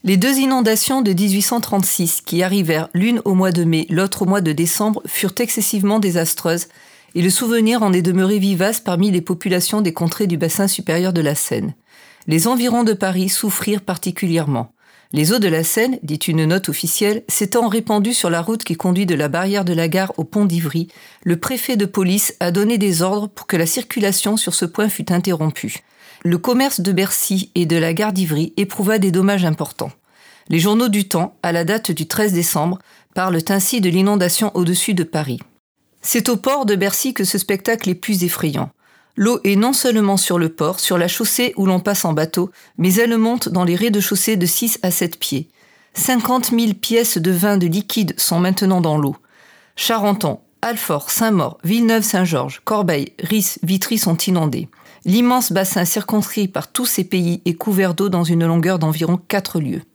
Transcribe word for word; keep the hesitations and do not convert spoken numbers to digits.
Les deux inondations de dix-huit cent trente-six, qui arrivèrent l'une au mois de mai, l'autre au mois de décembre, furent excessivement désastreuses et le souvenir en est demeuré vivace parmi les populations des contrées du bassin supérieur de la Seine. Les environs de Paris souffrirent particulièrement. Les eaux de la Seine, dit une note officielle, s'étant répandues sur la route qui conduit de la barrière de la gare au pont d'Ivry, le préfet de police a donné des ordres pour que la circulation sur ce point fût interrompue. Le commerce de Bercy et de la gare d'Ivry éprouva des dommages importants. Les journaux du temps, à la date du treize décembre, parlent ainsi de l'inondation au-dessus de Paris. C'est au port de Bercy que ce spectacle est plus effrayant. L'eau est non seulement sur le port, sur la chaussée où l'on passe en bateau, mais elle monte dans les rez-de-chaussée de six à sept pieds. cinquante mille pièces de vin de liquide sont maintenant dans l'eau. Charenton, Alfort, Saint-Maur, Villeneuve-Saint-Georges, Corbeil, Ris, Vitry sont inondés. L'immense bassin circonscrit par tous ces pays est couvert d'eau dans une longueur d'environ quatre lieues.